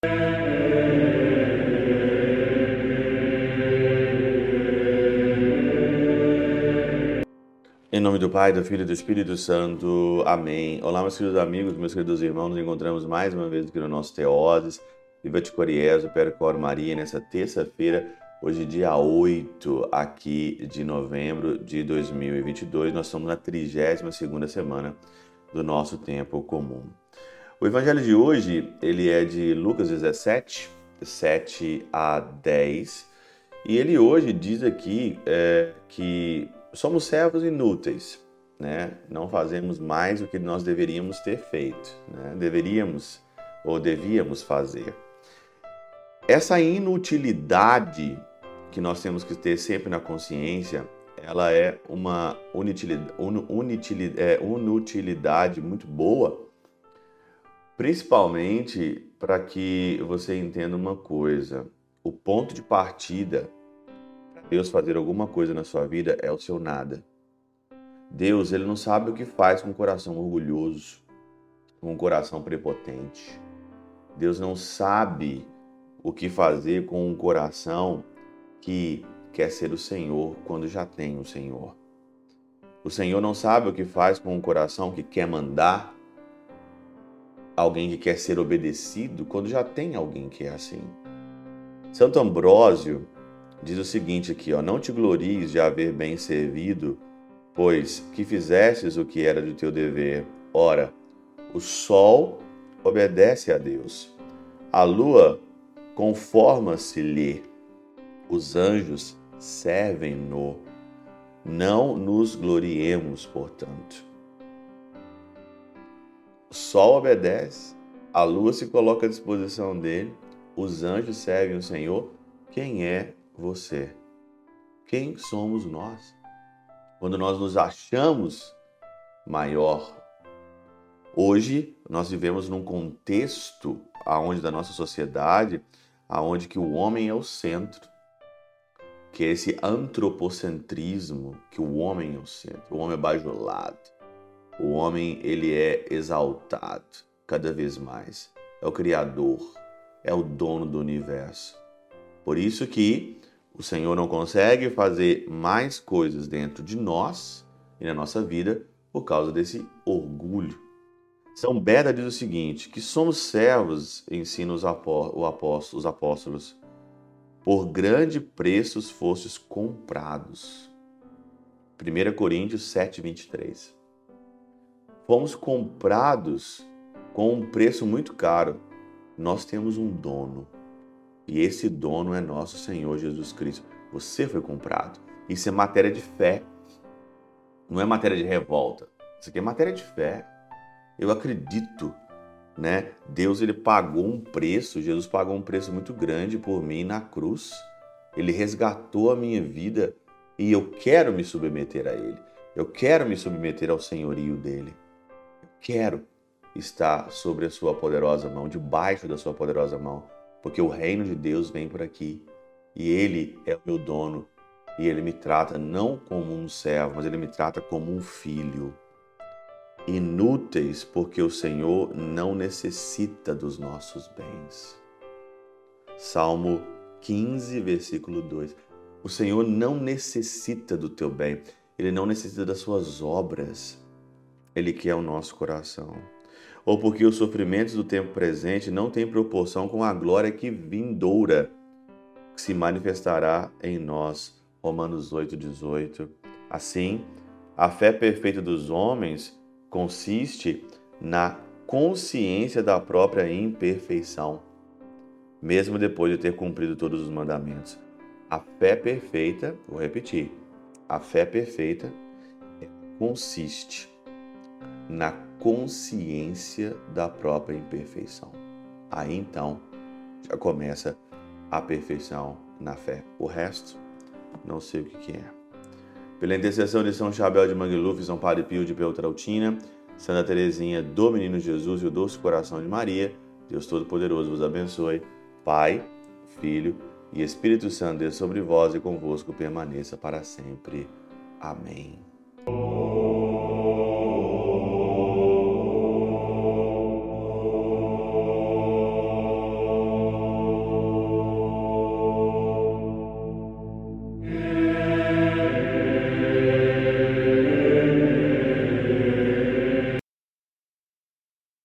Em nome do Pai, do Filho e do Espírito Santo. Amém. Olá, meus queridos amigos, meus queridos irmãos. Nos encontramos mais uma vez aqui no nosso Teoses. Viva te Coriés, o Percor Maria, nessa terça-feira, hoje dia 8 aqui de novembro de 2022. Nós estamos na 32ª semana do nosso tempo comum. O evangelho de hoje, ele é de Lucas 17, 7 a 10. E ele hoje diz aqui que somos servos inúteis, né? Não fazemos mais o que nós deveríamos ter feito, né? Devíamos fazer. Essa inutilidade que nós temos que ter sempre na consciência, ela é uma inutilidade muito boa, principalmente para que você entenda uma coisa: o ponto de partida Deus fazer alguma coisa na sua vida é o seu nada. Deus, ele não sabe o que faz com um coração orgulhoso, com um coração prepotente. Deus não sabe o que fazer com um coração que quer ser o Senhor quando já tem o Senhor. O Senhor não sabe o que faz com um coração que quer mandar, alguém que quer ser obedecido quando já tem alguém que é assim. Santo Ambrósio diz o seguinte aqui, não te glories de haver bem servido, pois que fizestes o que era do teu dever. Ora, o sol obedece a Deus, a lua conforma-se-lhe, os anjos servem-no. Não nos gloriemos, portanto. O sol obedece, a lua se coloca à disposição dele, os anjos servem o Senhor. Quem é você? Quem somos nós? Quando nós nos achamos maior. Hoje nós vivemos num contexto aonde da nossa sociedade, aonde que o homem é o centro, que é esse antropocentrismo, que o homem é o centro, o homem é bajulado, o homem ele é exaltado cada vez mais, é o criador, é o dono do universo. Por isso que o Senhor não consegue fazer mais coisas dentro de nós e na nossa vida por causa desse orgulho. São Beda diz o seguinte, que somos servos, ensina os apóstolos, por grande preço fostes comprados. 1 Coríntios 7, 23. Fomos comprados com um preço muito caro. Nós temos um dono. E esse dono é nosso Senhor Jesus Cristo. Você foi comprado. Isso é matéria de fé. Não é matéria de revolta. Isso aqui é matéria de fé. Eu acredito, né? Deus, ele pagou um preço. Jesus pagou um preço muito grande por mim na cruz. Ele resgatou a minha vida e eu quero me submeter a Ele. Eu quero me submeter ao senhorio dEle. Eu quero estar sobre a sua poderosa mão, debaixo da sua poderosa mão. Porque o reino de Deus vem por aqui e Ele é o meu dono e Ele me trata não como um servo, mas Ele me trata como um filho. Inúteis porque o Senhor não necessita dos nossos bens. Salmo 15, versículo 2. O Senhor não necessita do teu bem, Ele não necessita das suas obras, Ele quer o nosso coração. Ou porque os sofrimentos do tempo presente não têm proporção com a glória que vindoura, que se manifestará em nós. Romanos 8, 18. Assim, a fé perfeita dos homens consiste na consciência da própria imperfeição, mesmo depois de ter cumprido todos os mandamentos. A fé perfeita, vou repetir, a fé perfeita consiste na consciência da própria imperfeição. Aí então já começa a perfeição na fé. O resto, não sei o que é. Pela intercessão de São Chabel de Mangluf, São Padre Pio de Peltrautina, Santa Teresinha do Menino Jesus e o Doce Coração de Maria, Deus Todo-Poderoso vos abençoe. Pai, Filho e Espírito Santo, Deus sobre vós e convosco permaneça para sempre. Amém.